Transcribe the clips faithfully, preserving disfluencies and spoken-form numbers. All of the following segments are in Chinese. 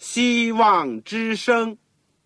希望之声。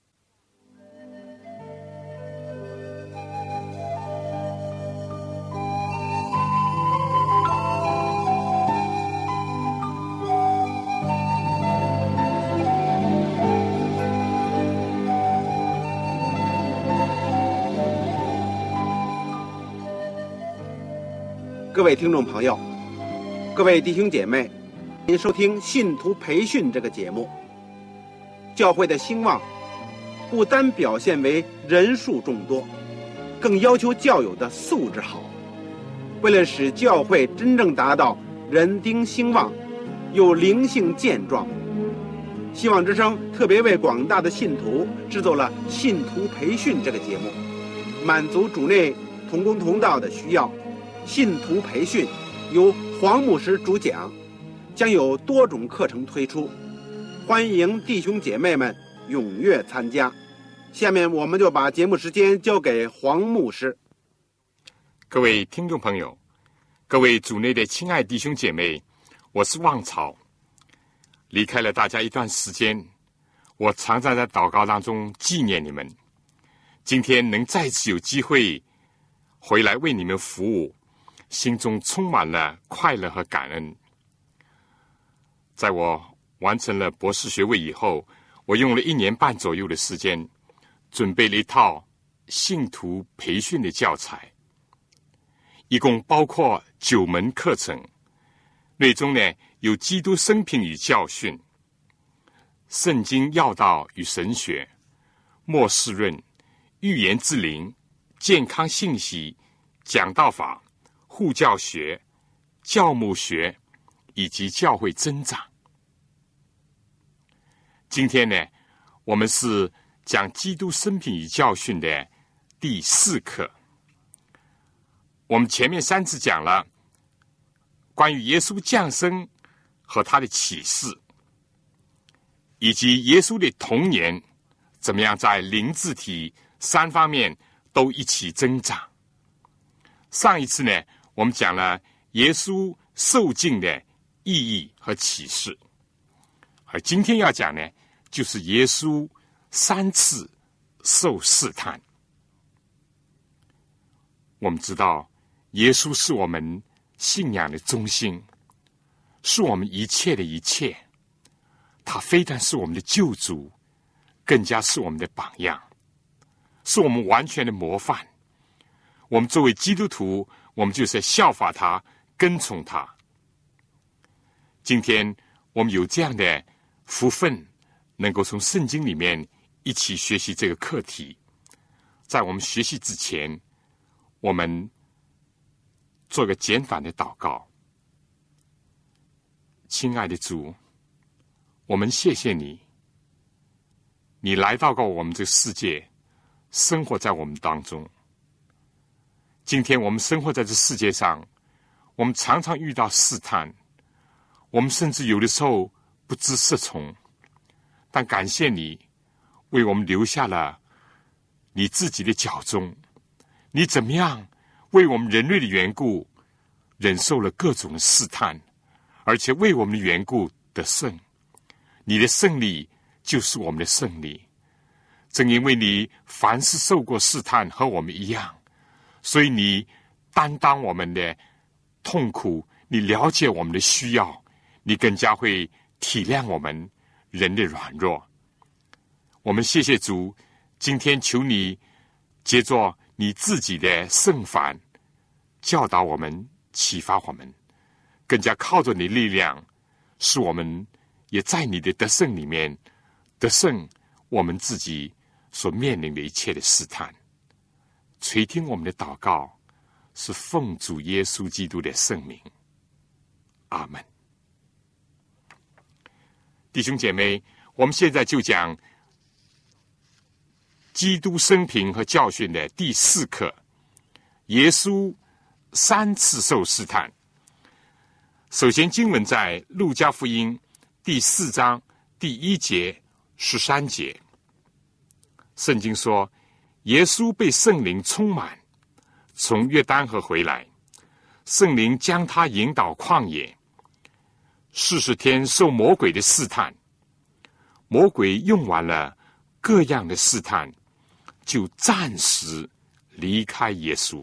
各位听众朋友，各位弟兄姐妹，您收听信徒培训这个节目。教会的兴旺不单表现为人数众多，更要求教友的素质好。为了使教会真正达到人丁兴旺又灵性健壮，希望之声特别为广大的信徒制作了信徒培训这个节目，满足主内同工同道的需要。信徒培训由黄牧师主讲，将有多种课程推出，欢迎弟兄姐妹们踊跃参加。下面我们就把节目时间交给黄牧师。 各位听众朋友，各位主内的亲爱弟兄姐妹，我是旺草。离开了大家一段时间，我常常在祷告当中纪念你们。今天能再次有机会回来为你们服务，心中充满了快乐和感恩。在我完成了博士学位以后，我用了一年半左右的时间，准备了一套信徒培训的教材，一共包括九门课程，内中呢有基督生平与教训、圣经要道与神学、末世论、预言之灵、健康信息、讲道法、护教学、教牧学以及教会增长。今天呢，我们是讲基督生平与教训的第四课。我们前面三次讲了关于耶稣降生和他的启示，以及耶稣的童年怎么样在灵智体三方面都一起增长。上一次呢，我们讲了耶稣受尽的意义和启示，而今天要讲呢，就是耶稣三次受试探。我们知道，耶稣是我们信仰的中心，是我们一切的一切。他非但是我们的救主，更加是我们的榜样，是我们完全的模范。我们作为基督徒，我们就是效法他，跟从他。今天我们有这样的福分，能够从圣经里面一起学习这个课题。在我们学习之前，我们做个简短的祷告。亲爱的主，我们谢谢你，你来到过我们这个世界，生活在我们当中。今天我们生活在这世界上，我们常常遇到试探，我们甚至有的时候不知适从，但感谢你为我们留下了你自己的脚踪。你怎么样为我们人类的缘故忍受了各种的试探，而且为我们的缘故得胜。你的胜利就是我们的胜利。正因为你凡是受过试探和我们一样，所以你担当我们的痛苦，你了解我们的需要，你更加会体谅我们人的软弱。我们谢谢主，今天求你借着你自己的圣凡教导我们，启发我们，更加靠着你的力量，使我们也在你的得胜里面得胜我们自己所面临的一切的试探。垂听我们的祷告，是奉主耶稣基督的圣名，阿们。弟兄姐妹，我们现在就讲基督生平和教训的第四课，耶稣三次受试探。首先经文在路加福音第四章第一节十三节，圣经说，耶稣被圣灵充满，从约旦河回来，圣灵将他引导旷野，四十天受魔鬼的试探。 魔鬼用完了各样的试探，就暂时离开耶稣。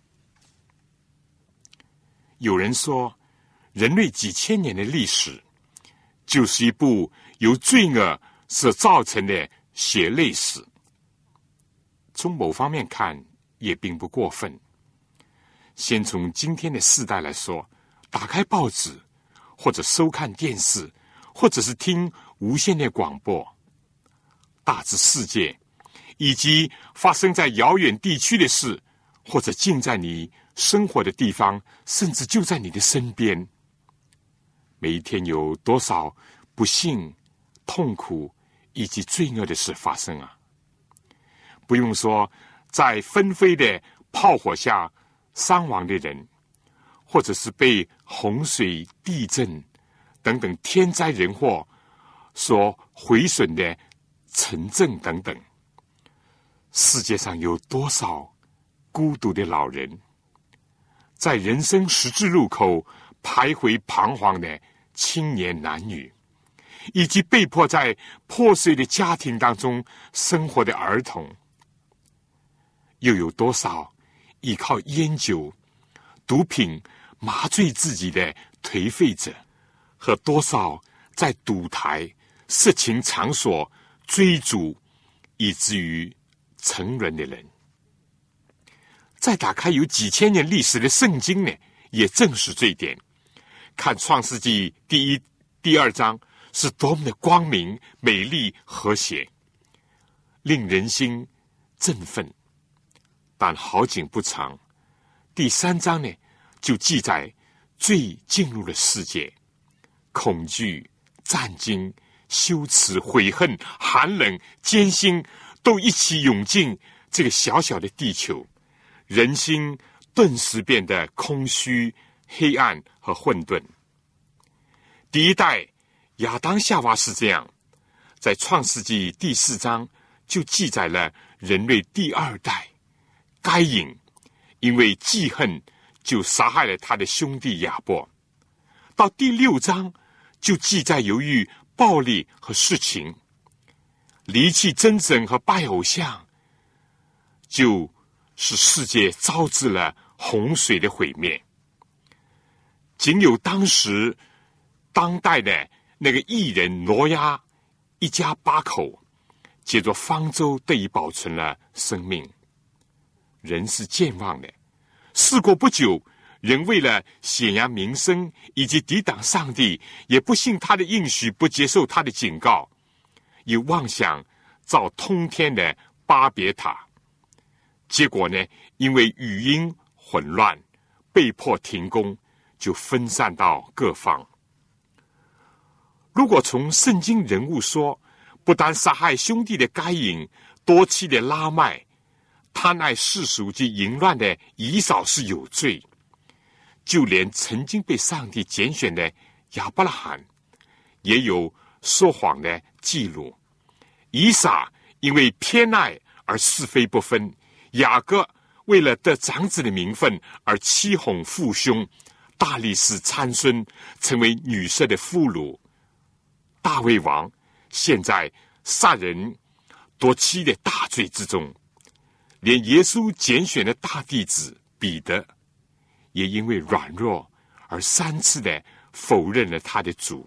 有人说，人类几千年的历史，就是一部由罪恶所造成的血泪史。从某方面看，也并不过分。先从今天的世代来说，打开报纸，或者收看电视，或者是听无线的广播，大至世界，以及发生在遥远地区的事，或者近在你生活的地方，甚至就在你的身边。每一天有多少不幸、痛苦以及罪恶的事发生啊！不用说，在纷飞的炮火下伤亡的人，或者是被洪水、地震等等天灾人祸所毁损的城镇等等。世界上有多少孤独的老人，在人生十字路口徘徊彷徨的青年男女，以及被迫在破碎的家庭当中生活的儿童，又有多少依靠烟酒、毒品麻醉自己的颓废者，和多少在赌台、色情场所追逐以至于沉沦的人。再打开有几千年历史的圣经呢，也证实这一点。看创世纪第一、第二章是多么的光明、美丽、和谐，令人心振奋。但好景不长，第三章呢，就记载罪进入了世界，恐惧、战惊、羞耻、悔恨、寒冷、艰辛都一起涌进这个小小的地球，人心顿时变得空虚、黑暗和混沌。第一代亚当夏娃是这样，在创世纪第四章就记载了人类第二代该隐，因为记恨就杀害了他的兄弟亚伯。到第六章就记载由于暴力和事情，离弃真神和拜偶像，就使世界招致了洪水的毁灭。仅有当时当代的那个异人挪亚一家八口，借着方舟得以保存了生命。人是健忘的，事过不久，人为了显扬名声以及抵挡上帝，也不信他的应许，不接受他的警告，也妄想造通天的巴别塔。结果呢，因为语音混乱，被迫停工，就分散到各方。如果从圣经人物说，不单杀害兄弟的该隐、多妻的拉麦、贪爱世俗及淫乱的以扫是有罪，就连曾经被上帝拣选的亚伯拉罕也有说谎的记录。以撒因为偏爱而是非不分，雅各为了得长子的名分而欺哄父兄，大力士参孙成为女色的俘虏，大卫王现在杀人夺妻的大罪之中。连耶稣拣选的大弟子彼得，也因为软弱而三次的否认了他的主。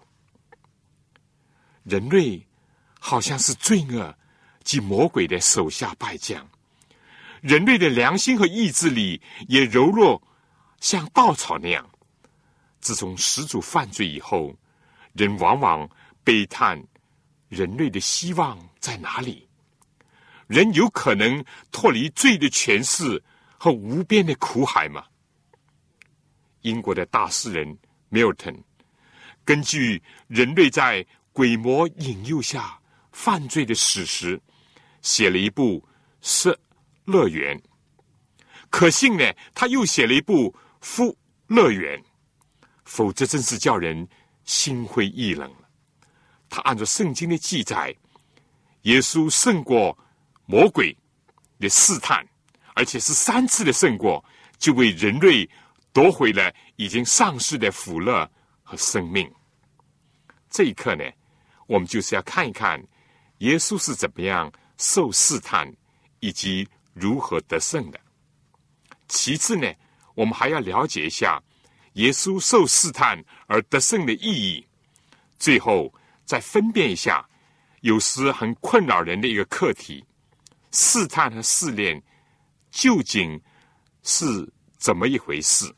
人类好像是罪恶及魔鬼的手下败将，人类的良心和意志力也柔弱像稻草那样。自从始祖犯罪以后，人往往悲叹人类的希望在哪里？人有可能脱离罪的权势和无边的苦海吗？英国的大诗人 Milton 根据人类在鬼魔引诱下犯罪的史实，写了一部《失乐园》。可信呢，他又写了一部《夫乐园》，否则真是叫人心灰意冷了。他按照圣经的记载，耶稣胜过魔鬼的试探，而且是三次的胜过，就为人类夺回了已经丧失的福乐和生命。这一刻呢， 我们就是要看一看耶稣是怎么样受试探，以及如何得胜的。其次呢，我们还要了解一下耶稣受试探而得胜的意义。最后再分辨一下有时很困扰人的一个课题：试探和试炼究竟是怎么一回事？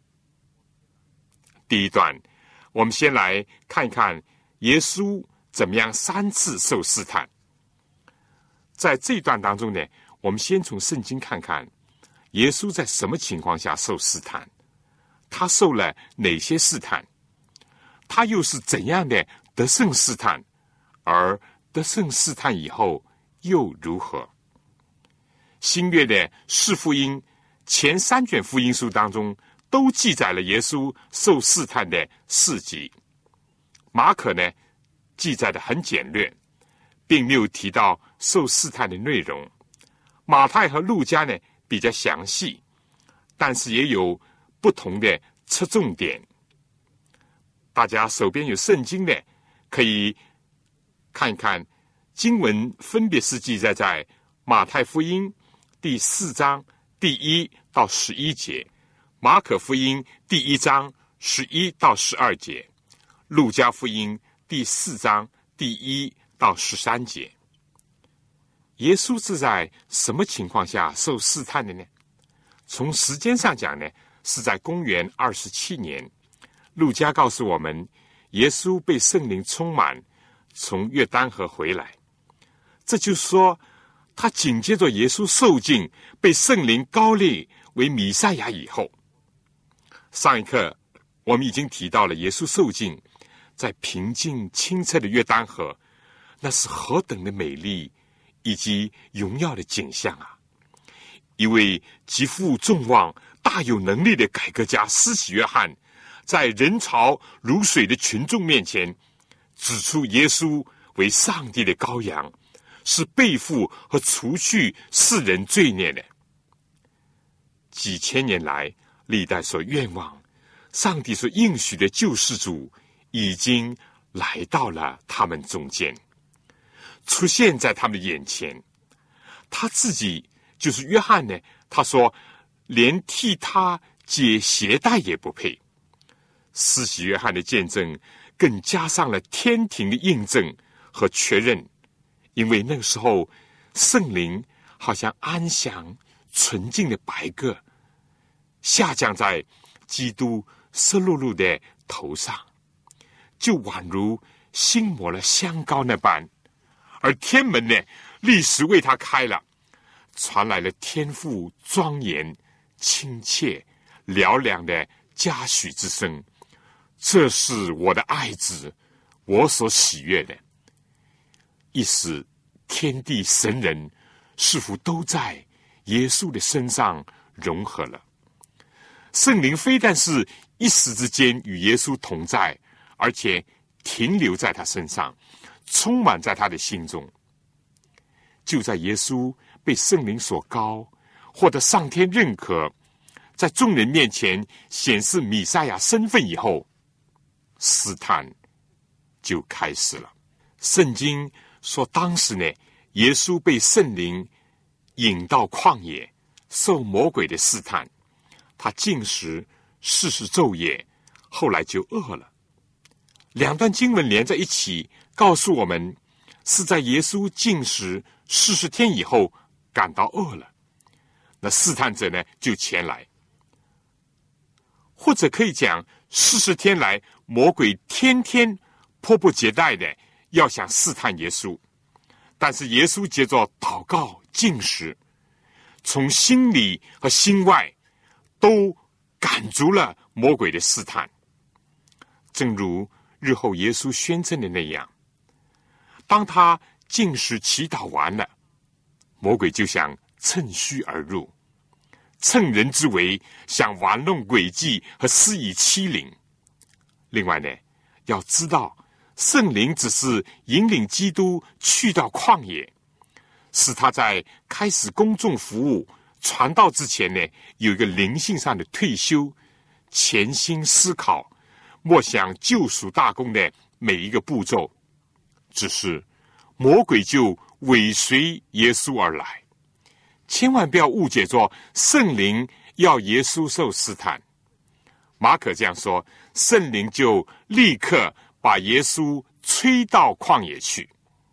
第一段，我们先来看一看耶稣怎么样三次受试探。在这一段当中呢，我们先从圣经看看耶稣在什么情况下受试探，他受了哪些试探，他又是怎样的得胜试探，而得胜试探以后又如何？新约的四福音前三卷福音书当中都记载了耶稣受试探的事迹。马可呢记载的很简略，并没有提到受试探的内容。马太和路加呢比较详细，但是也有不同的侧重点。大家手边有圣经的，可以看一看经文，分别是记载在马太福音第四章第一到十一节，马可福音第一章十一到十二节，路加福音第四章第一到十三节。耶稣是在什么情况下受试探的呢？从时间上讲呢，是在公元二十七年。路加告诉我们，耶稣被圣灵充满，从约旦河回来。这就是说，他紧接着耶稣受尽，被圣灵膏立为弥赛亚以后。上一课我们已经提到了耶稣受尽在平静清澈的约旦河，那是何等的美丽以及荣耀的景象啊！一位极负众望、大有能力的改革家施洗约翰，在人潮如水的群众面前，指出耶稣为上帝的羔羊，是背负和除去世人罪孽的。几千年来，历代所愿望、上帝所应许的救世主，已经来到了他们中间，出现在他们的眼前。他自己就是约翰呢，他说连替他解鞋带也不配。施洗约翰的见证更加上了天庭的印证和确认，因为那个时候圣灵好像安详纯净的白鸽下降在基督湿漉漉的头上，就宛如新抹了香膏那般，而天门呢立时为他开了，传来了天父庄严亲切嘹亮的嘉许之声，这是我的爱子，我所喜悦的。一时天地神人似乎都在耶稣的身上融合了。圣灵非但是一时之间与耶稣同在，而且停留在他身上，充满在他的心中。就在耶稣被圣灵所膏，获得上天认可，在众人面前显示弥赛亚身份以后，试探就开始了。圣经说，当时呢，耶稣被圣灵引到旷野，受魔鬼的试探，他禁食四十昼夜，后来就饿了。两段经文连在一起，告诉我们是在耶稣禁食四十天以后感到饿了，那试探者呢就前来，或者可以讲四十天来魔鬼天天迫不及待的要想试探耶稣，但是耶稣借着祷告禁食，从心里和心外都赶逐了魔鬼的试探。正如日后耶稣宣称的那样，当他禁食祈祷完了，魔鬼就想趁虚而入，趁人之危，想玩弄诡计和施以欺凌。另外呢，要知道圣灵只是引领基督去到旷野，使他在开始公众服务传道之前呢，有一个灵性上的退休，潜心思考默想救赎大功的每一个步骤， 只是魔鬼就尾随耶稣而来。千万不要误解作圣灵要耶稣受试探。马可这样说，圣灵就立刻把耶稣吹到旷野去。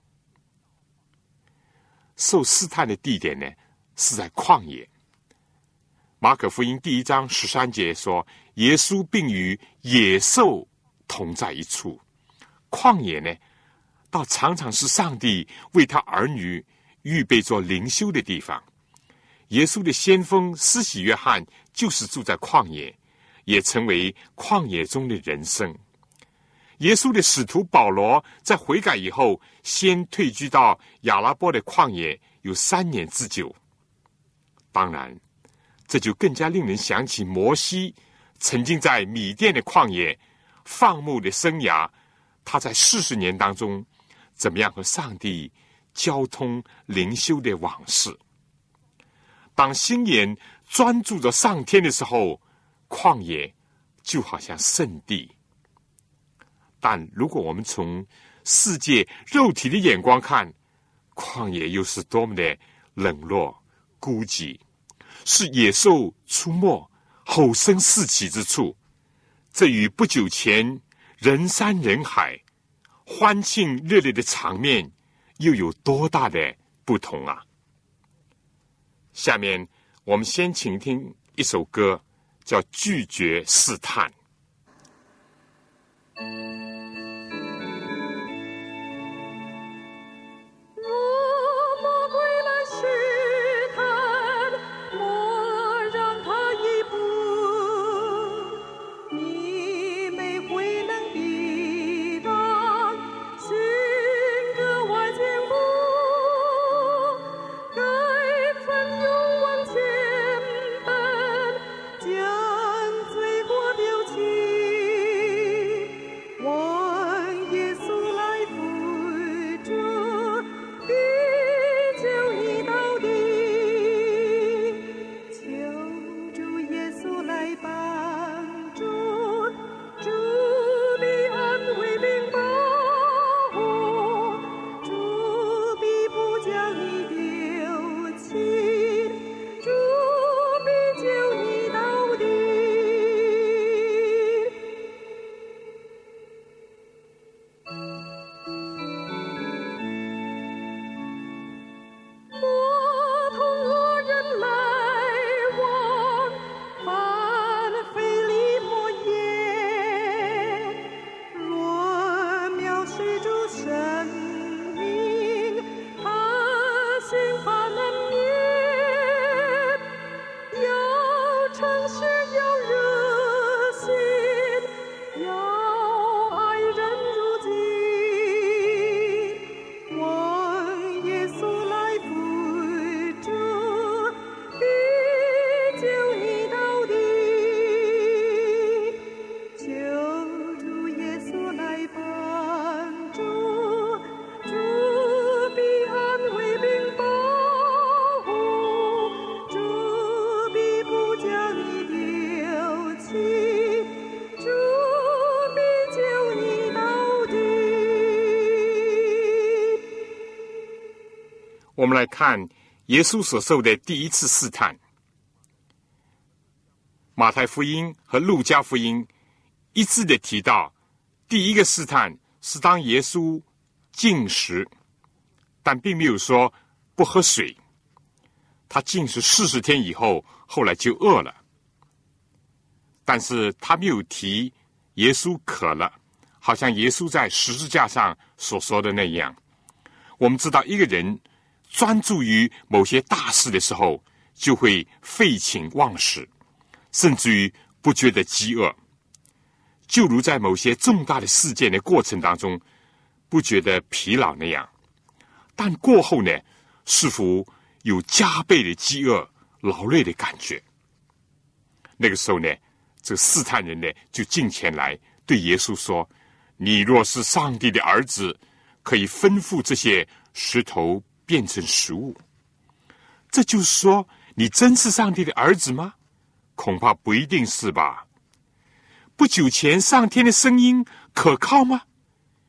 受试探的地点呢，是在旷野。马可福音第一章十三节说，耶稣并与野兽同在一处。旷野呢，倒常常是上帝为他儿女预备做灵修的地方。耶稣的先锋施洗约翰就是住在旷野，也成为旷野中的人生。耶稣的使徒保罗在悔改以后，先退居到亚拉波的旷野有三年之久。当然，这就更加令人想起摩西曾经在米甸的旷野放牧的生涯，他在四十年当中怎么样和上帝交通灵修的往事。当心眼专注着上天的时候，旷野就好像圣地。但如果我们从世界肉体的眼光看，旷野又是多么的冷落孤寂，是野兽出没吼声四起之处。这与不久前人山人海欢庆热烈的场面又有多大的不同啊！下面我们先请听一首歌，叫《拒绝试探》。我们来看耶稣所受的第一次试探。马太福音和路加福音一致的提到，第一个试探是当耶稣禁食，但并没有说不喝水。他禁食四十天以后，后来就饿了。但是他没有提耶稣渴了，好像耶稣在十字架上所说的那样。我们知道，一个人专注于某些大事的时候，就会废寝忘食，甚至于不觉得饥饿，就如在某些重大的事件的过程当中不觉得疲劳那样。但过后呢，似乎有加倍的饥饿劳累的感觉。那个时候呢，这个试探人呢就近前来对耶稣说，你若是上帝的儿子，可以吩咐这些石头变成食物。这就是说，你真是上帝的儿子吗？恐怕不一定是吧。不久前上天的声音可靠吗？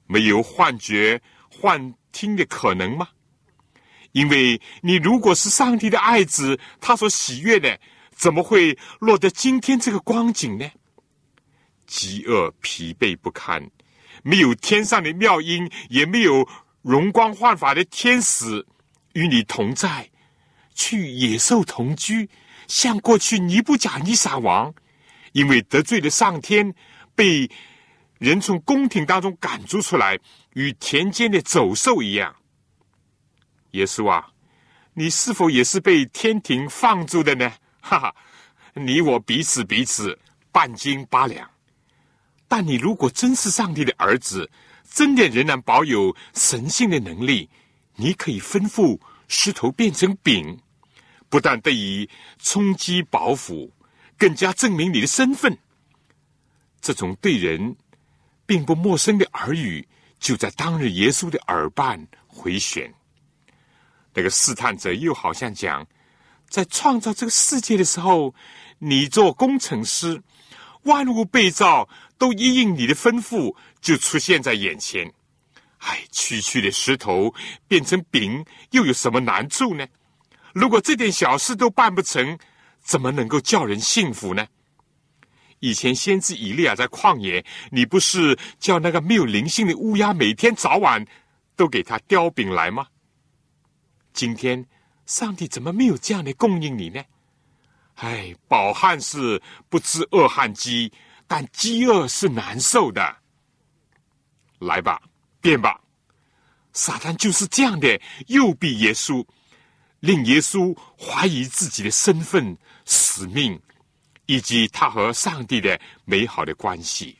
没有幻觉、幻听的可能吗？因为你如果是上帝的爱子，他所喜悦的，怎么会落得今天这个光景呢？饥饿、疲惫不堪，没有天上的妙音，也没有容光焕发的天使与你同在，去野兽同居，像过去尼布甲尼撒王因为得罪了上天，被人从宫廷当中赶逐出来，与田间的走兽一样。耶稣啊，你是否也是被天庭放逐的呢？哈哈，你我彼此彼此，半斤八两。但你如果真是上帝的儿子，真的仍然保有神性的能力，你可以吩咐石头变成饼，不但得以充饥饱腹，更加证明你的身份。这种对人并不陌生的耳语，就在当日耶稣的耳畔回旋。那个试探者又好像讲，在创造这个世界的时候，你做工程师，万物被造都一应你的吩咐，就出现在眼前。哎，区区的石头变成饼，又有什么难处呢？如果这点小事都办不成，怎么能够叫人信服呢？以前先知以利亚在旷野，你不是叫那个没有灵性的乌鸦每天早晚都给他叼饼来吗？今天上帝怎么没有这样的供应你呢？哎，饱汉是不知饿汉饥，但饥饿是难受的。来吧，变吧。撒旦就是这样的诱逼耶稣，令耶稣怀疑自己的身份、使命，以及他和上帝的美好的关系。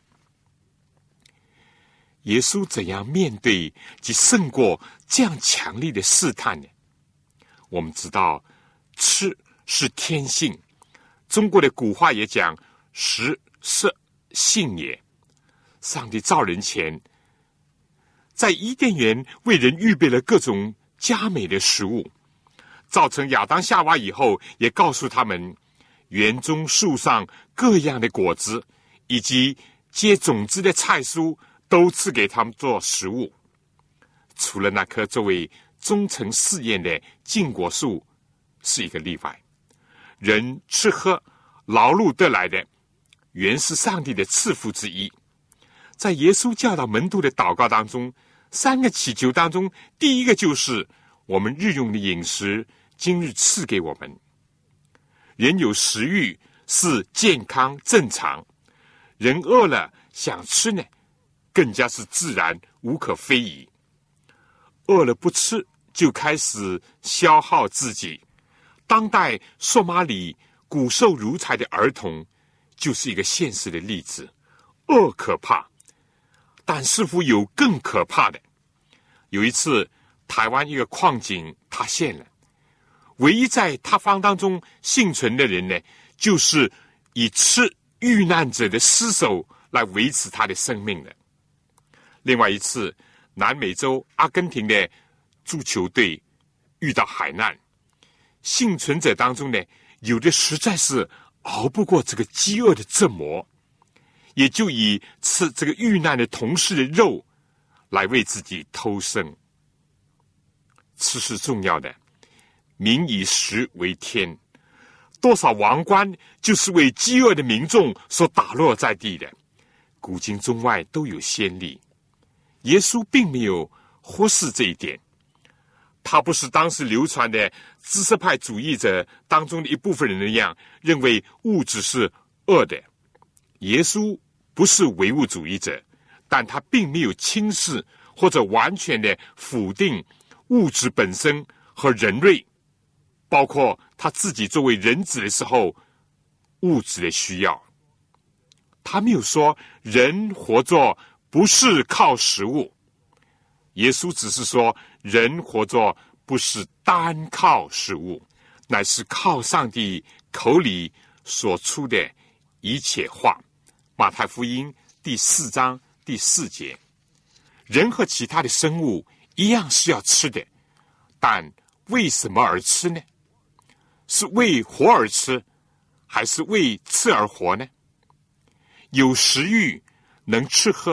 耶稣怎样面对及胜过这样强烈的试探呢？我们知道，吃是天性。中国的古话也讲，食色性也。上帝造人前，在伊甸园为人预备了各种佳美的食物，造成亚当夏娃以后，也告诉他们，园中树上各样的果子，以及结种子的菜蔬，都赐给他们做食物。除了那棵作为忠诚试验的禁果树是一个例外。人吃喝劳碌得来的，原是上帝的赐福之一。在耶稣教导门徒的祷告当中，三个祈求当中，第一个就是我们日用的饮食今日赐给我们。人有食欲是健康正常，人饿了想吃呢，更加是自然无可非议。饿了不吃，就开始消耗自己。当代索马里骨瘦如柴的儿童就是一个现实的例子。饿可怕，但似乎有更可怕的。有一次，台湾一个矿井塌陷了，唯一在塌方当中幸存的人呢，就是以吃遇难者的尸首来维持他的生命的。另外一次，南美洲阿根廷的足球队遇到海难，幸存者当中呢，有的实在是熬不过这个饥饿的折磨，也就以吃这个遇难的同事的肉来为自己偷生。吃是重要的，民以食为天，多少王冠就是为饥饿的民众所打落在地的，古今中外都有先例。耶稣并没有忽视这一点，他不是当时流传的知识派主义者当中的一部分人那样认为物质是恶的。耶稣不是唯物主义者，但他并没有轻视或者完全的否定物质本身和人类，包括他自己作为人子的时候物质的需要。他没有说人活着不是靠食物，耶稣只是说人活着不是单靠食物，乃是靠上帝口里所出的一切话。马太福音第四章第四节，人和其他的生物一样是要吃的，但为什么而吃呢？是为活而吃，还是为吃而活呢？有食欲能吃喝，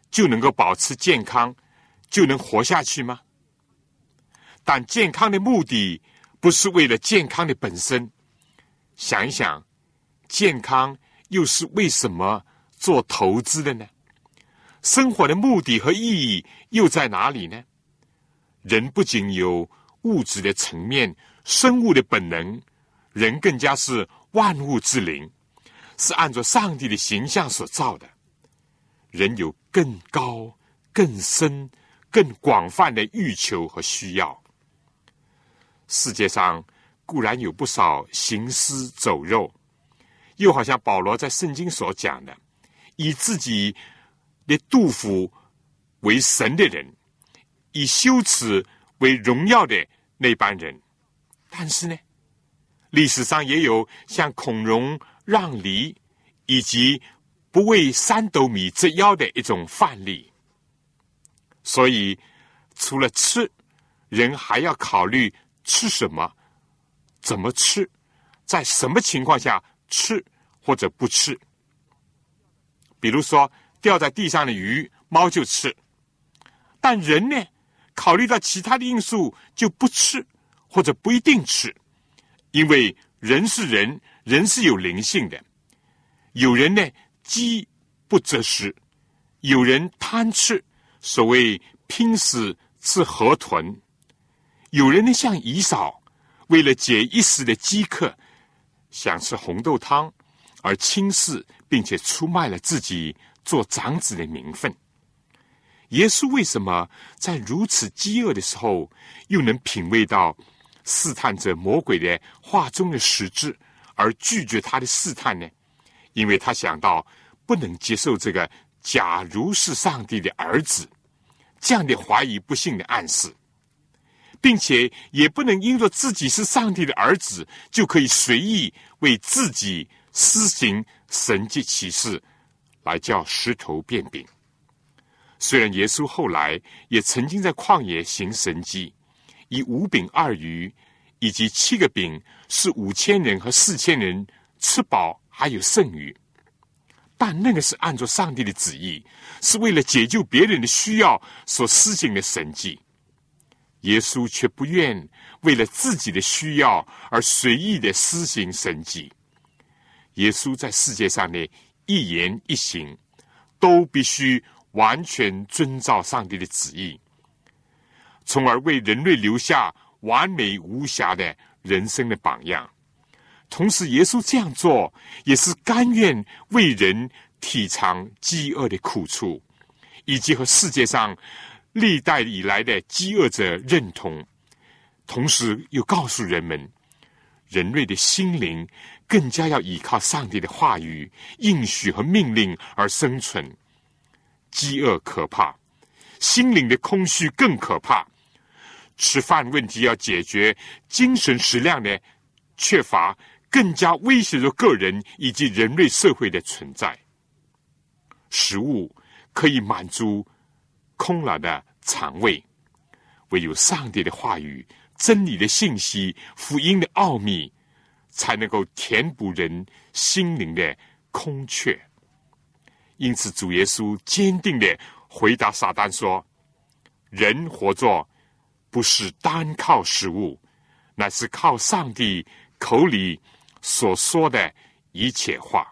就能够保持健康，就能活下去吗？但健康的目的不是为了健康的本身。想一想，健康又是为什么做投资的呢？生活的目的和意义又在哪里呢？人不仅有物质的层面，生物的本能，人更加是万物之灵，是按照上帝的形象所造的。人有更高、更深、更广泛的欲求和需要。世界上固然有不少行尸走肉，又好像保罗在圣经所讲的，以自己的肚腹为神的人，以羞耻为荣耀的那班人。但是呢，历史上也有像孔融让梨以及不为三斗米折腰的一种范例。所以除了吃，人还要考虑吃什么，怎么吃，在什么情况下吃或者不吃。比如说掉在地上的鱼，猫就吃，但人呢，考虑到其他的因素就不吃或者不一定吃。因为人是人，人是有灵性的。有人呢饥不择食，有人贪吃，所谓拼死吃河豚。有人呢像以扫，为了解一时的饥渴，想吃红豆汤，而轻视并且出卖了自己做长子的名分。耶稣为什么在如此饥饿的时候，又能品味到试探者魔鬼的话中的实质，而拒绝他的试探呢？因为他想到不能接受这个假如是上帝的儿子这样的怀疑不信的暗示，并且也不能因着自己是上帝的儿子，就可以随意为自己施行神迹奇事，来叫石头变饼。虽然耶稣后来也曾经在旷野行神迹，以五饼二鱼以及七个饼使五千人和四千人吃饱，还有剩余，但那个是按照上帝的旨意，是为了解救别人的需要所施行的神迹。耶稣却不愿为了自己的需要而随意的施行神迹。耶稣在世界上的一言一行都必须完全遵照上帝的旨意，从而为人类留下完美无瑕的人生的榜样。同时耶稣这样做也是甘愿为人体尝饥饿的苦楚，以及和世界上历代以来的饥饿者认同，同时又告诉人们，人类的心灵更加要依靠上帝的话语、应许和命令而生存。饥饿可怕，心灵的空虚更可怕。吃饭问题要解决，精神食量的缺乏更加威胁着个人以及人类社会的存在。食物可以满足空了的肠胃，唯有上帝的话语、真理的信息、福音的奥秘，才能够填补人心灵的空缺。因此主耶稣坚定地回答撒旦说，人活着不是单靠食物，乃是靠上帝口里所说的一切话。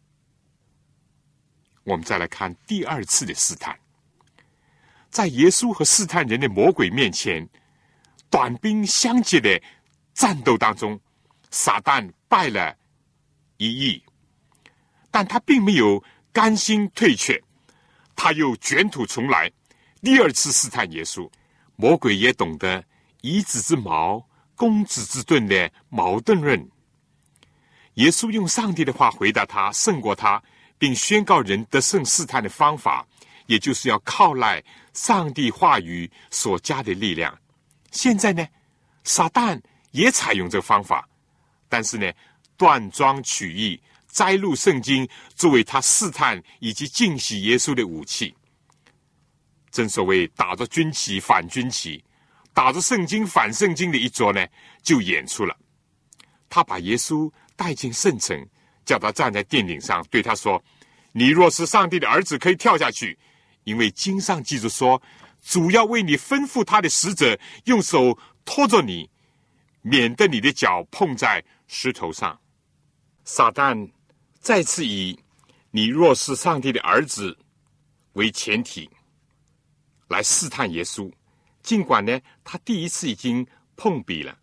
我们再来看第二次的试探。在耶稣和试探人的魔鬼面前，短兵相接的战斗当中，撒旦败了一役，但他并没有甘心退却，他又卷土重来，第二次试探耶稣。魔鬼也懂得以子之矛攻子之盾的矛盾论。耶稣用上帝的话回答他，胜过他，并宣告人得胜试探的方法，也就是要靠赖上帝话语所加的力量。现在呢，撒旦也采用这个方法，但是呢，断章取义，摘录圣经作为他试探以及敬洗耶稣的武器。正所谓打着军旗反军旗，打着圣经反圣经的一桌呢，就演出了。他把耶稣带进圣城，叫他站在殿顶上，对他说，你若是上帝的儿子，可以跳下去， 因为经上记着说，主要为你吩咐他的使者，用手托着你，免得你的脚碰在石头上。撒旦再次以你若是上帝的儿子为前提来试探耶稣，尽管呢他第一次已经碰壁了。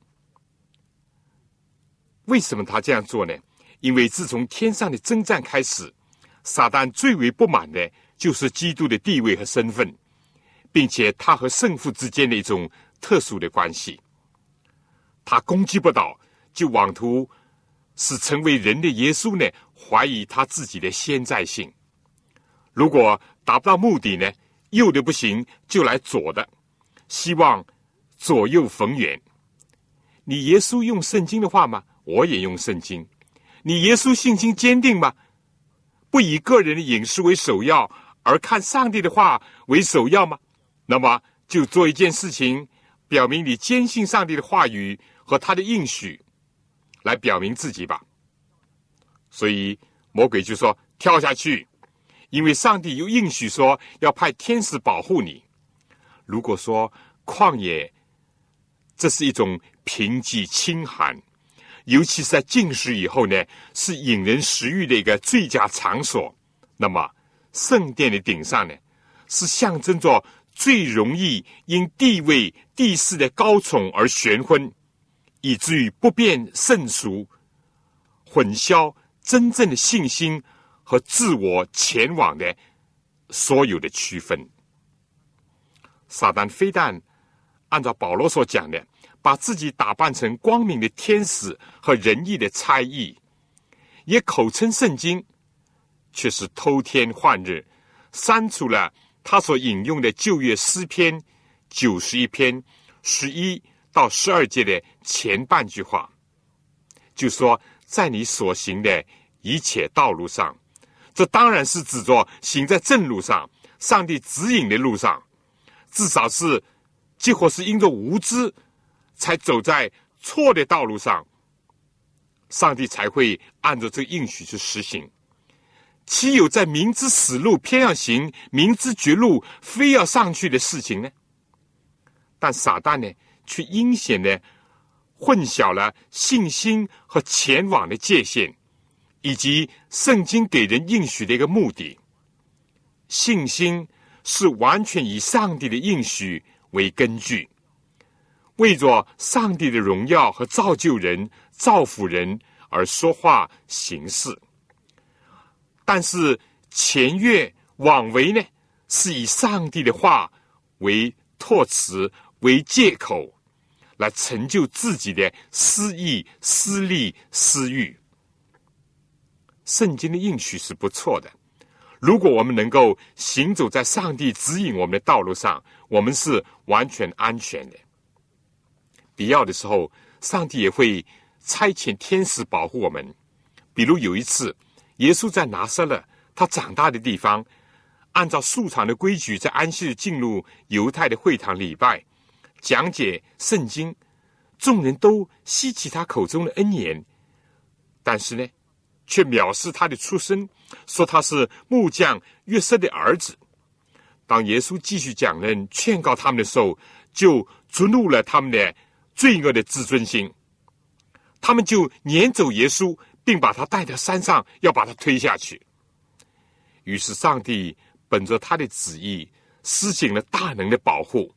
为什么他这样做呢？因为自从天上的征战开始，撒旦最为不满的就是基督的地位和身份，并且他和圣父之间的一种特殊的关系。他攻击不倒，就妄图使成为人的耶稣呢怀疑他自己的先在性。如果达不到目的呢，右的不行就来左的，希望左右逢源。你耶稣用圣经的话吗？我也用圣经。你耶稣信心坚定吗？不以个人的隐私为首要，而看上帝的话为首要吗？那么就做一件事情，表明你坚信上帝的话语和他的应许，来表明自己吧。所以魔鬼就说跳下去，因为上帝有应许说要派天使保护你。如果说旷野这是一种贫瘠清寒，尤其是在禁食以后呢，是引人食欲的一个最佳场所，那么圣殿的顶上呢，是象征着最容易因地位地势的高宠而玄昏，以至于不辨圣俗，混淆真正的信心和自我前往的所有的区分。撒旦非但按照保罗所讲的，把自己打扮成光明的天使和仁义的差役，也口称圣经，却是偷天换日，删除了他所引用的旧约诗篇九十一篇十一到十二节的前半句话，就说在你所行的一切道路上，这当然是指着行在正路上，上帝指引的路上，至少是几乎是因着无知才走在错的道路上，上帝才会按照这个应许去实行。岂有在明知死路偏要行，明知绝路非要上去的事情呢？但撒旦呢，却阴险的混淆了信心和前往的界限，以及圣经给人应许的一个目的。信心是完全以上帝的应许为根据，为着上帝的荣耀和造就人、造福人而说话行事。但是前越妄为呢，是以上帝的话为托词、为借口，来成就自己的私意、私利、私欲。圣经的应许是不错的，如果我们能够行走在上帝指引我们的道路上，我们是完全安全的。必要的时候，上帝也会差遣天使保护我们。比如有一次，耶稣在拿撒勒他长大的地方，按照素常的规矩，在安息日进入犹太的会堂礼拜，讲解圣经，众人都稀奇他口中的恩言，但是呢，却藐视他的出身，说他是木匠约瑟的儿子。当耶稣继续讲论劝告他们的时候，就触怒了他们的罪恶的自尊心，他们就撵走耶稣，并把他带到山上，要把他推下去。于是上帝本着他的旨意，施行了大能的保护，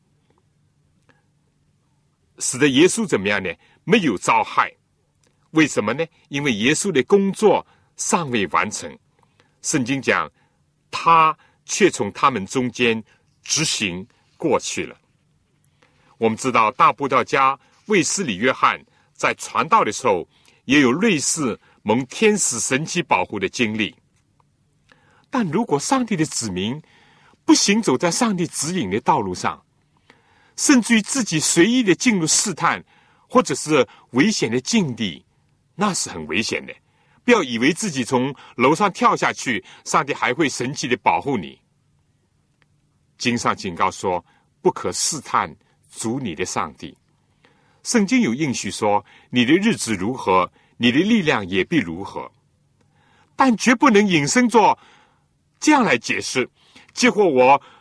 使得耶稣怎么样呢？没有遭害。为什么呢？因为耶稣的工作尚未完成。圣经讲，他却从他们中间直行过去了。我们知道大布道家卫斯理约翰在传道的时候，也有类似蒙天使神奇保护的经历。但如果上帝的子民不行走在上帝指引的道路上，甚至于自己随意的进入试探或者是危险的境地，那是很危险的。不要以为自己从楼上跳下去，上帝还会神奇的保护你。经上警告说，不可试探主你的上帝。圣经有应许说，你的日子如何，你的力量也必如何。但绝不能引申作这样来解释，结果我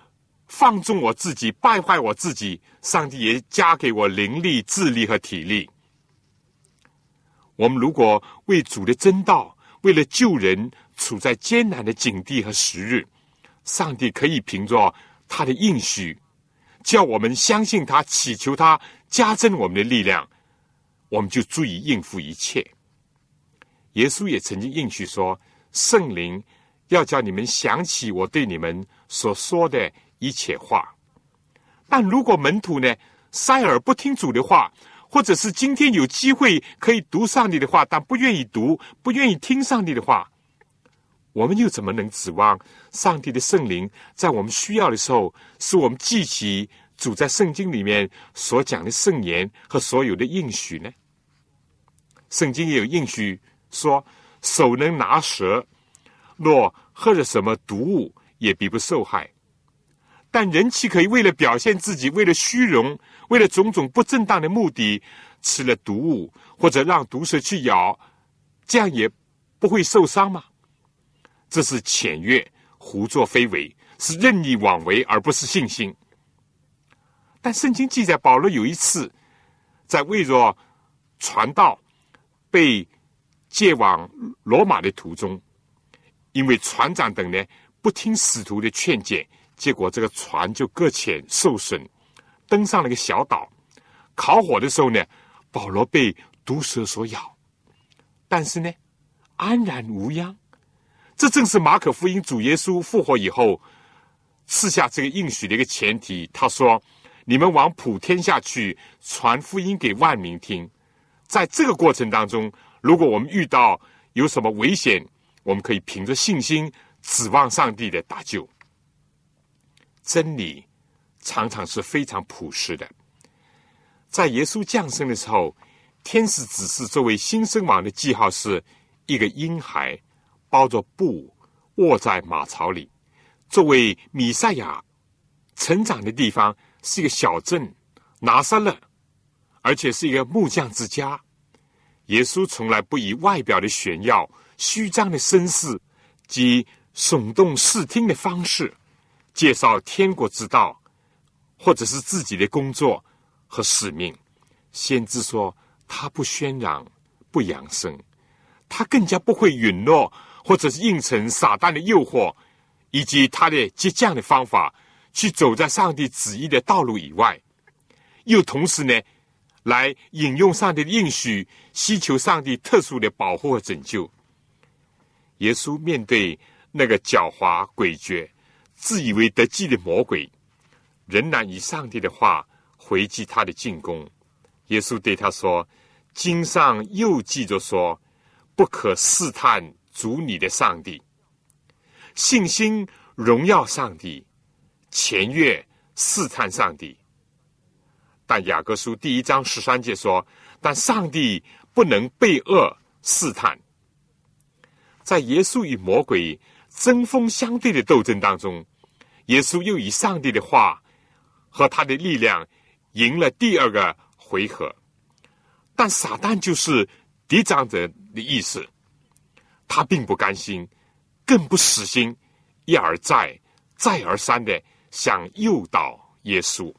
放纵我自己，败坏我自己，上帝也加给我灵力、智力和体力。我们如果为主的真道，为了救人，处在艰难的境地和时日，上帝可以凭着他的应许，叫我们相信他，祈求他加增我们的力量，我们就足以应付一切。耶稣也曾经应许说，圣灵要叫你们想起我对你们所说的一切话。但如果门徒呢塞耳不听主的话，或者是今天有机会可以读上帝的话，但不愿意读，不愿意听上帝的话，我们又怎么能指望上帝的圣灵在我们需要的时候，使我们记起主在圣经里面所讲的圣言和所有的应许呢？圣经也有应许说，手能拿蛇，若喝了什么毒物，也必不受害。但人岂可以为了表现自己，为了虚荣，为了种种不正当的目的，吃了毒物，或者让毒蛇去咬，这样也不会受伤吗？这是僭越、胡作非为，是任意妄为，而不是信心。但圣经记载，保罗有一次在为着传道被借往罗马的途中，因为船长等呢不听使徒的劝谏，结果这个船就搁浅受损，登上了一个小岛。烤火的时候呢，保罗被毒蛇所咬，但是呢安然无恙。这正是马可福音主耶稣复活以后赐下这个应许的一个前提。他说，你们往普天下去，传福音给万民听。在这个过程当中，如果我们遇到有什么危险，我们可以凭着信心指望上帝的搭救。真理常常是非常朴实的。在耶稣降生的时候，天使指示作为新生王的记号是一个婴孩包着布卧在马槽里。作为弥赛亚成长的地方是一个小镇拿撒勒，而且是一个木匠之家。耶稣从来不以外表的炫耀、虚张的声势及耸动视听的方式介绍天国之道，或者是自己的工作和使命。先知说，他不喧嚷，不扬声，他更加不会允诺或者是应承撒旦的诱惑，以及他的激将的方法去走在上帝旨意的道路以外，又同时呢来引用上帝的应许，希求上帝特殊的保护和拯救。耶稣面对那个狡猾诡谲、自以为得计的魔鬼，仍然以上帝的话回击他的进攻。耶稣对他说，经上又记着说，不可试探主你的上帝。信心荣耀上帝，僭越试探上帝。但雅各书第一章十三节说，但上帝不能被恶试探。在耶稣与魔鬼针锋相对的斗争当中，耶稣又以上帝的话和他的力量赢了第二个回合。但撒旦就是敌长者的意思，他并不甘心，更不死心，一而再再而三的想诱导耶稣。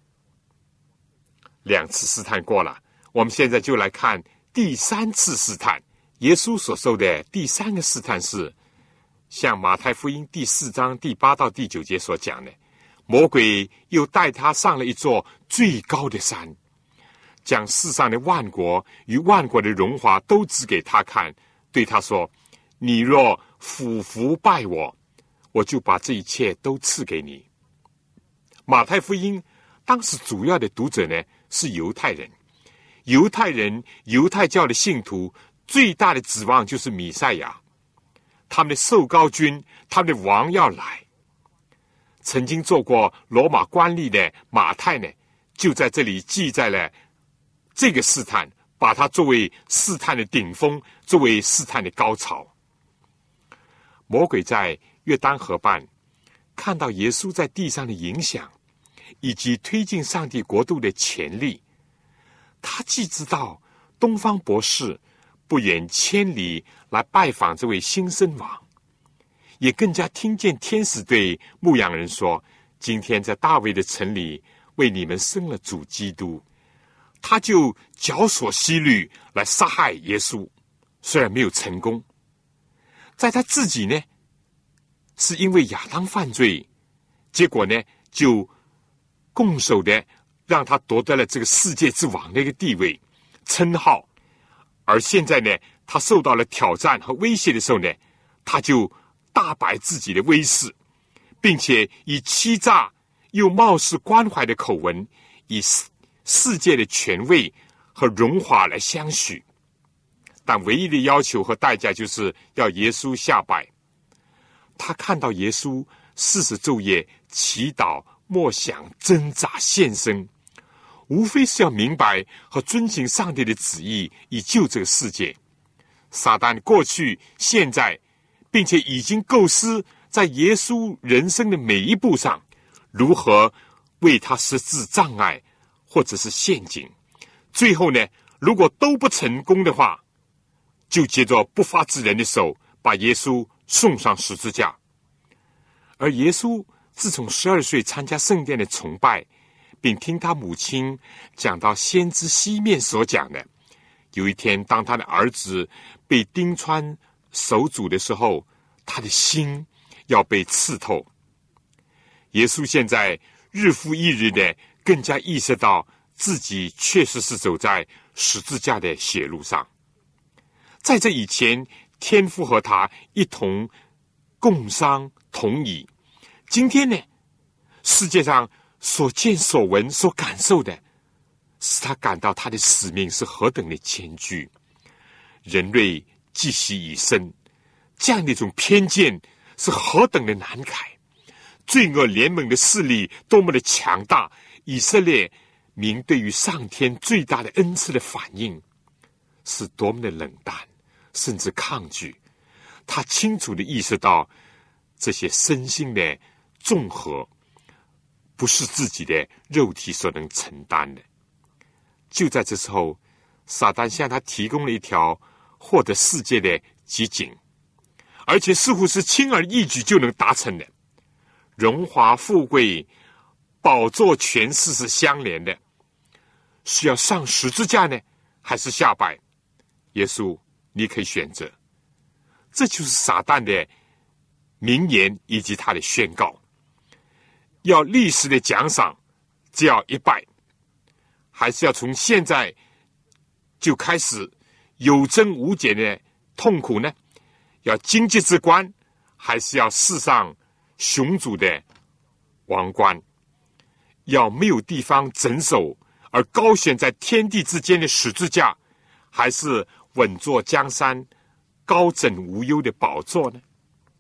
两次试探过了，我们现在就来看第三次试探。耶稣所受的第三个试探是像马太福音第四章第八到第九节所讲的，魔鬼又带他上了一座最高的山，将世上的万国与万国的荣华都指给他看，对他说，你若俯伏拜我，我就把这一切都赐给你。马太福音当时主要的读者呢是犹太人，犹太人犹太教的信徒最大的指望就是弥赛亚，他们的受膏君，他们的王要来。曾经做过罗马官吏的马太呢，就在这里记载了这个试探，把它作为试探的顶峰，作为试探的高潮。魔鬼在约旦河畔看到耶稣在地上的影响，以及推进上帝国度的潜力，他既知道东方博士不远千里来拜访这位新生王，也更加听见天使对牧羊人说， 今天在大卫的城里为你们生了主基督，他就绞索希律来杀害耶稣，虽然没有成功。在他自己呢，是因为亚当犯罪，结果呢就拱手的让他夺得了这个世界之王的一个地位称号。而现在呢，他受到了挑战和威胁的时候呢，他就大摆自己的威势，并且以欺诈又貌似关怀的口吻，以世界的权位和荣华来相许。但唯一的要求和代价就是要耶稣下拜。他看到耶稣四十昼夜祈祷、默想、挣扎、献身，无非是要明白和遵行上帝的旨意，以救这个世界。撒旦过去、现在，并且已经构思在耶稣人生的每一步上，如何为他设置障碍或者是陷阱。最后呢，如果都不成功的话，就借着不法之人的手把耶稣送上十字架。而耶稣自从十二岁参加圣殿的崇拜，并听他母亲讲到先知西面所讲的，有一天当他的儿子被钉穿手足的时候，他的心要被刺透。耶稣现在日复一日的更加意识到自己确实是走在十字架的血路上。在这以前，天父和他一同共商同饮。今天呢，世界上所见所闻所感受的，使他感到他的使命是何等的艰巨。人类既息已深，这样的一种偏见是何等的难改。罪恶联盟的势力多么的强大，以色列民对于上天最大的恩赐的反应是多么的冷淡，甚至抗拒。他清楚地意识到这些身心的综合不是自己的肉体所能承担的。就在这时候，撒旦向他提供了一条获得世界的捷径，而且似乎是轻而易举就能达成的。荣华富贵、宝座权势是相连的，是要上十字架呢，还是下拜？耶稣，你可以选择。这就是撒旦的名言以及他的宣告。要历史的奖赏，只要一拜，还是要从现在就开始有增无减的痛苦呢？要经济之冠，还是要世上雄主的王冠？要没有地方枕首而高悬在天地之间的十字架，还是稳坐江山高枕无忧的宝座呢？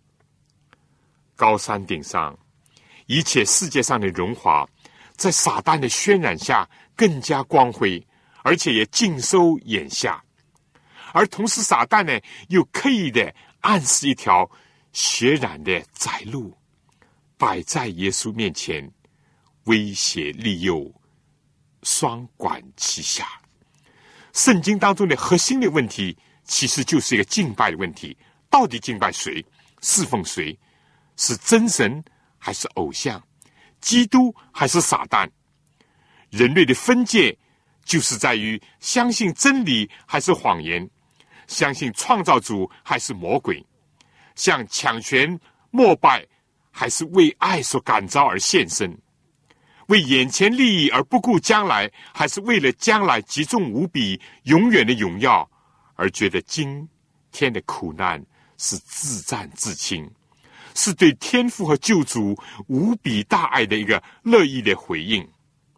高山顶上一切世界上的荣华，在撒旦的渲染下更加光辉，而且也尽收眼下。而同时撒旦呢，又刻意的暗示一条血染的窄路摆在耶稣面前，威胁利诱，双管齐下。圣经当中的核心的问题其实就是一个敬拜的问题，到底敬拜谁，侍奉谁，是真神还是偶像，基督还是撒旦？人类的分界就是在于相信真理还是谎言，相信创造主还是魔鬼，向抢权膜拜还是为爱所感召而献身，为眼前利益而不顾将来，还是为了将来极重无比永远的荣耀而觉得今天的苦难是自战自清，是对天父和救主无比大爱的一个乐意的回应？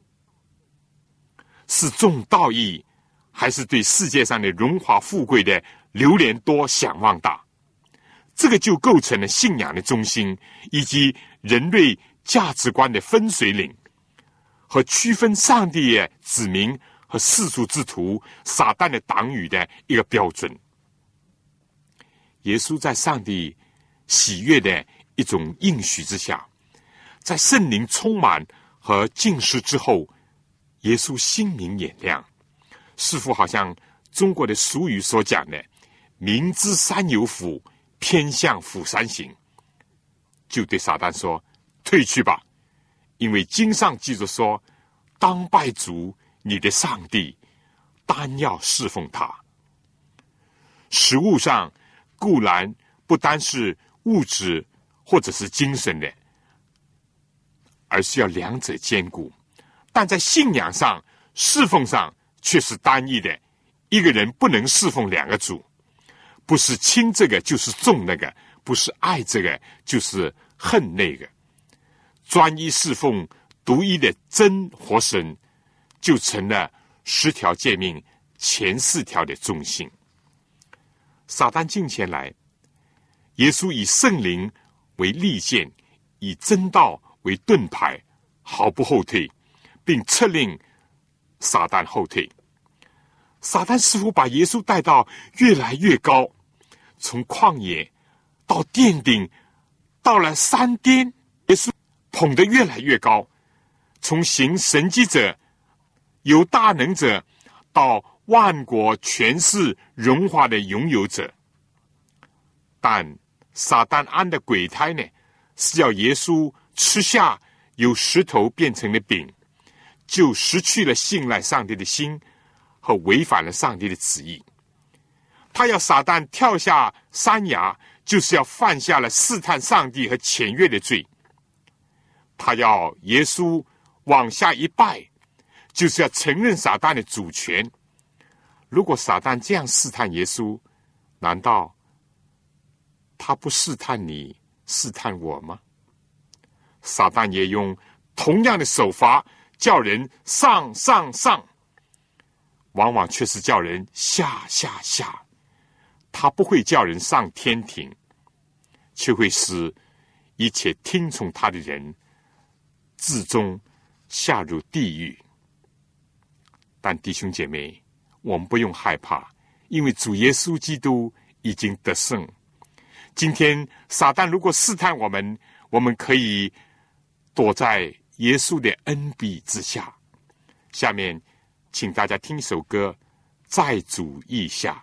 是重道义，还是对世界上的荣华富贵的流连多想望大？这个就构成了信仰的中心，以及人类价值观的分水岭，和区分上帝的子民和世俗之徒、撒旦的党羽的一个标准。耶稣在上帝喜悦的一种应许之下，在圣灵充满和浸湿之后，耶稣心明眼亮，似乎好像中国的俗语所讲的明知山有虎，偏向虎山行，就对撒旦说，退去吧， 因为经上记着说，当拜主你的上帝，单要侍奉他。食物上固然不单是物质或者是精神的，而是要两者兼顾，但在信仰上侍奉上却是单一的。一个人不能侍奉两个主，不是轻这个就是重那个，不是爱这个就是恨那个。专一侍奉独一的真活神，就成了十条诫命前四条的中心。撒旦近前来，耶稣以圣灵为利剑，以真道为盾牌，毫不后退，并策令撒旦后退。撒旦似乎把耶稣带到越来越高，从旷野到殿顶，到了山巅，耶稣捧得越来越高，从行神迹者、有大能者，到万国权势荣华的拥有者。但撒旦安的鬼胎呢，是要耶稣吃下由石头变成的饼，就失去了信赖上帝的心，和违反了上帝的旨意。他要撒旦跳下山崖，就是要犯下了试探上帝和僭越的罪。他要耶稣往下一拜，就是要承认撒旦的主权。如果撒旦这样试探耶稣，难道他不试探你，试探我吗？撒旦也用同样的手法叫人上上上，往往却是叫人下下下。他不会叫人上天庭，却会使一切听从他的人至终下入地狱。但弟兄姐妹，我们不用害怕，因为主耶稣基督已经得胜。今天撒旦如果试探我们，我们可以躲在耶稣的恩庇之下。下面请大家听一首歌，在主意下。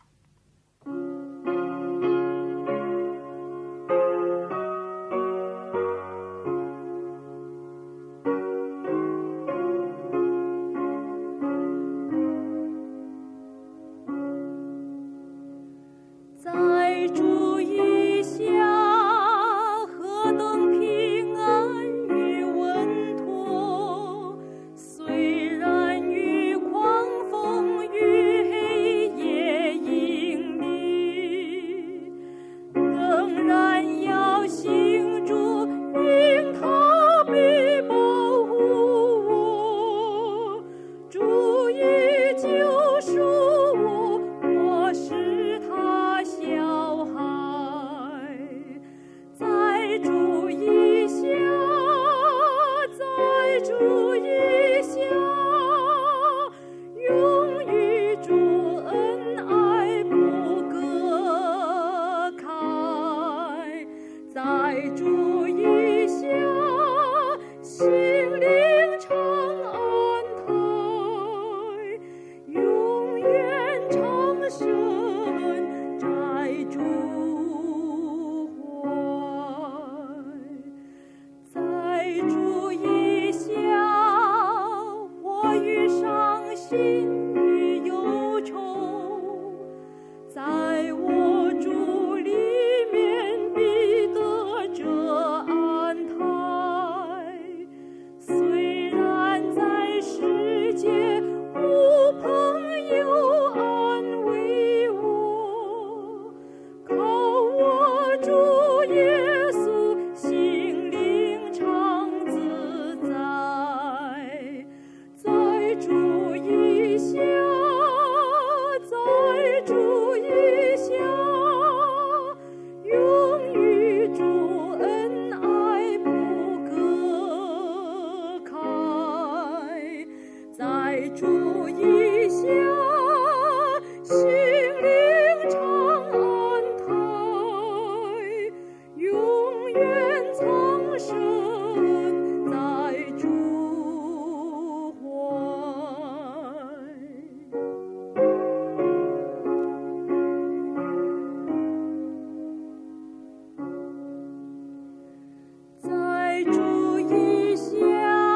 在主意下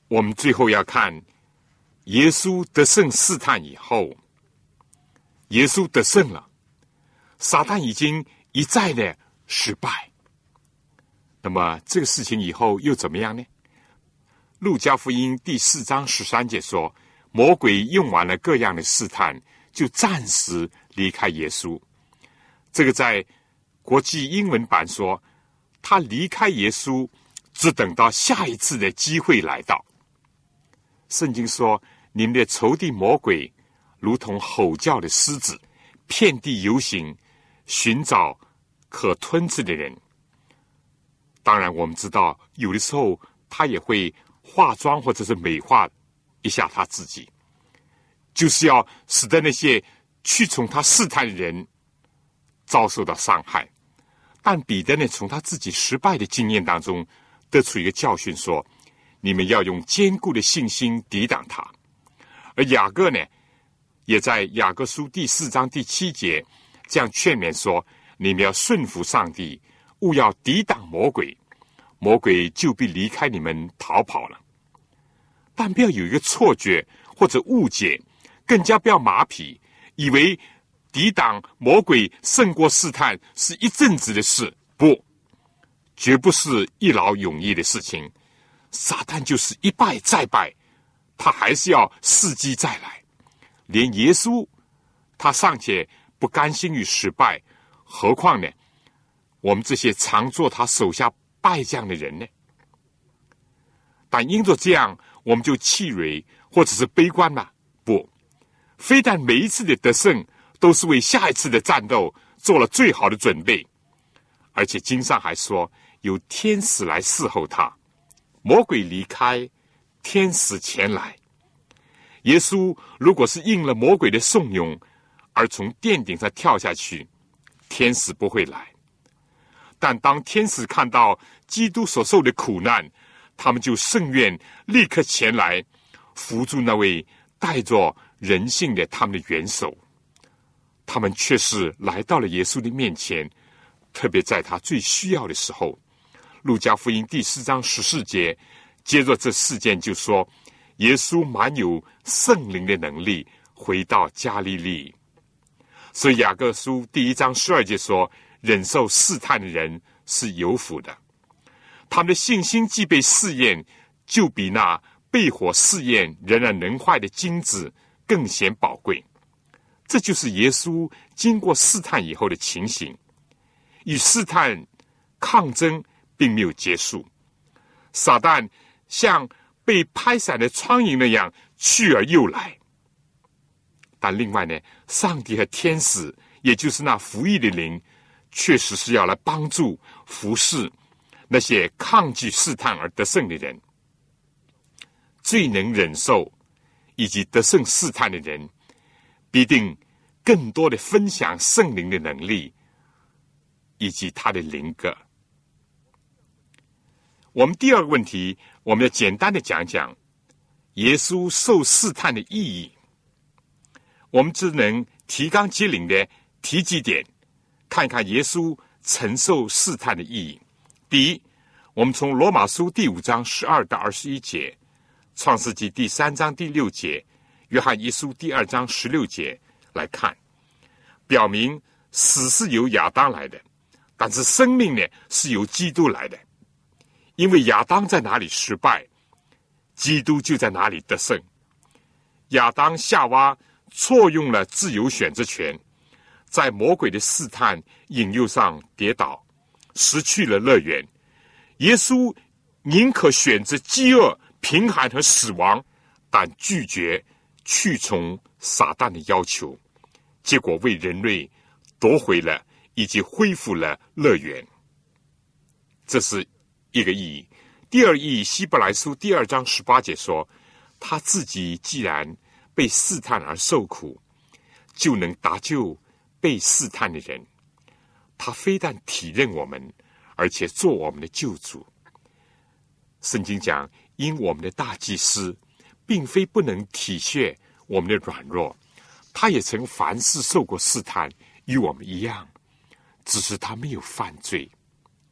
我们最后要看耶稣得胜试探以后，耶稣得胜了，撒旦已经一再的失败。那么这个事情以后又怎么样呢？路加福音第四章十三节说，魔鬼用完了各样的试探，就暂时离开耶稣。这个在国际英文版说，他离开耶稣，只等到下一次的机会来到。圣经说，你们的仇敌魔鬼如同吼叫的狮子，遍地游行，寻找可吞吃的人。当然我们知道，有的时候他也会化妆或者是美化一下他自己，就是要使得那些去从他试探的人遭受到伤害。但彼得呢，从他自己失败的经验当中得出一个教训，说你们要用坚固的信心抵挡他。而雅各呢，也在雅各书第四章第七节这样劝勉说，你们要顺服上帝，务要抵挡魔鬼，魔鬼就必离开你们逃跑了。但不要有一个错觉或者误解，更加不要马匹，以为抵挡魔鬼胜过试探是一阵子的事。不，绝不是一劳永逸的事情。撒旦就是一败再败，他还是要伺机再来。连耶稣他尚且不甘心于失败，何况呢我们这些常做他手下败将的人呢？但因着这样，我们就气馁或者是悲观吗？不，非但每一次的得胜都是为下一次的战斗做了最好的准备，而且经上还说有天使来侍候他，魔鬼离开，天使前来。耶稣如果是应了魔鬼的怂恿而从殿顶上跳下去，天使不会来。但当天使看到基督所受的苦难，他们就甚愿立刻前来扶助那位带着人性的他们的元首。他们却是来到了耶稣的面前，特别在他最需要的时候。路加福音第四章十四节接着这事件就说，耶稣满有圣灵的能力，回到加利利。所以雅各书第一章十二节说，忍受试探的人是有福的，他们的信心既被试验，就比那被火试验仍然能坏的金子更显宝贵。这就是耶稣经过试探以后的情形。与试探抗争并没有结束，撒旦像被拍散的苍蝇那样去而又来。但另外呢，上帝和天使，也就是那服役的灵，确实是要来帮助服侍那些抗拒试探而得胜的人。最能忍受以及得胜试探的人，必定更多的分享圣灵的能力以及他的灵格。我们第二个问题，我们要简单的讲讲耶稣受试探的意义。我们只能提纲挈领的提几点，看看耶稣承受试探的意义。第一，我们从罗马书第五章十二到二十一节，创世纪第三章第六节，约翰一书第二章十六节来看，表明死是由亚当来的，但是生命呢是由基督来的。因为亚当在哪里失败，基督就在哪里得胜。亚当夏娃错用了自由选择权，在魔鬼的试探引诱上跌倒，失去了乐园。耶稣宁可选择饥饿、贫寒和死亡，但拒绝去从撒旦的要求，结果为人类夺回了以及恢复了乐园。这是一个意义。第二意义，希伯来书第二章十八节说，他自己既然被试探而受苦，就能搭救被试探的人。他非但体认我们，而且做我们的救主。圣经讲，因我们的大祭司并非不能体恤我们的软弱，他也曾凡事受过试探，与我们一样，只是他没有犯罪。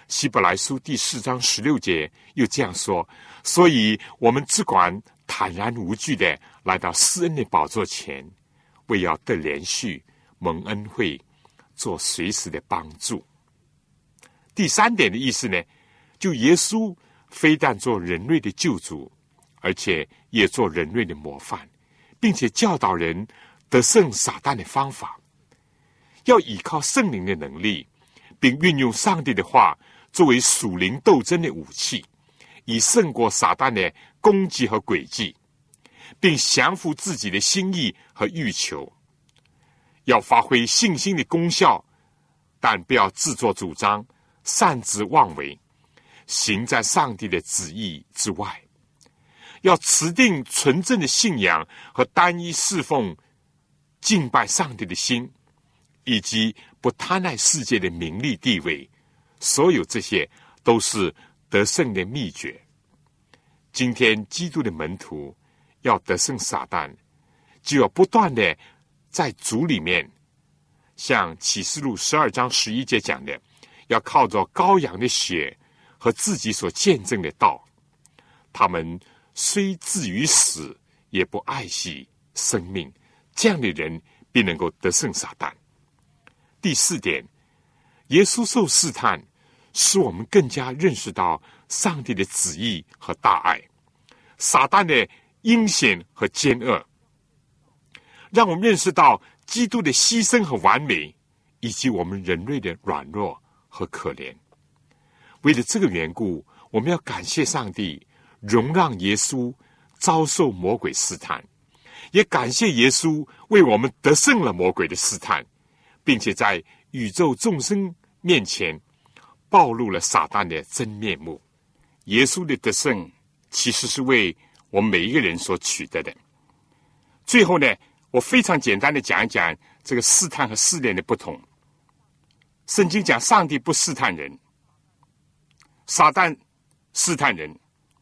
希伯来书第四章十六节又这样说：所以我们只管坦然无惧的来到施恩的宝座前，为要得连续蒙恩惠，做随时的帮助。第三点的意思呢，就耶稣非但做人类的救主，而且也做人类的模范，并且教导人得胜撒旦的方法，要依靠圣灵的能力，并运用上帝的话作为属灵斗争的武器，以胜过撒旦的攻击和诡计，并降服自己的心意和欲求。要发挥信心的功效，但不要自作主张，擅自妄为，行在上帝的旨意之外。要持定纯正的信仰和单一侍奉敬拜上帝的心，以及不贪爱世界的名利地位，所有这些都是得胜的秘诀。今天基督的门徒要得胜撒旦，就要不断的在主里面，像启示录十二章十一节讲的，要靠着羔羊的血和自己所见证的道，他们虽至于死，也不爱惜生命，这样的人必能够得胜撒旦。第四点，耶稣受试探，使我们更加认识到上帝的旨意和大爱，撒旦的阴险和奸恶，让我们认识到基督的牺牲和完美，以及我们人类的软弱和可怜。为了这个缘故，我们要感谢上帝容让耶稣遭受魔鬼试探，也感谢耶稣为我们得胜了魔鬼的试探，并且在宇宙众生面前暴露了撒旦的真面目。耶稣的得胜其实是为我们每一个人所取得的。最后呢，我非常简单的讲一讲这个试探和试炼的不同。圣经讲上帝不试探人，撒旦试探人。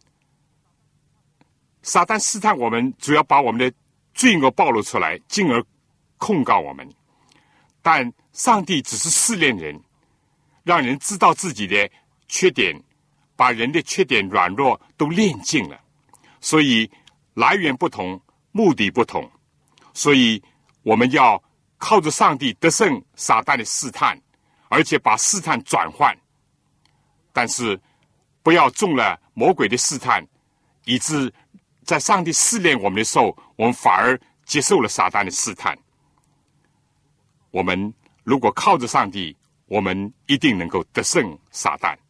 撒旦试探我们，主要把我们的罪恶暴露出来，进而控告我们。但上帝只是试炼人，让人知道自己的缺点，把人的缺点软弱都炼尽了。所以来源不同，目的不同。所以我们要靠着上帝得胜撒旦的试探，而且把试探转换。但是不要中了魔鬼的试探，以致在上帝试炼我们的时候，我们反而接受了撒旦的试探。我们如果靠着上帝，我们一定能够得胜撒旦。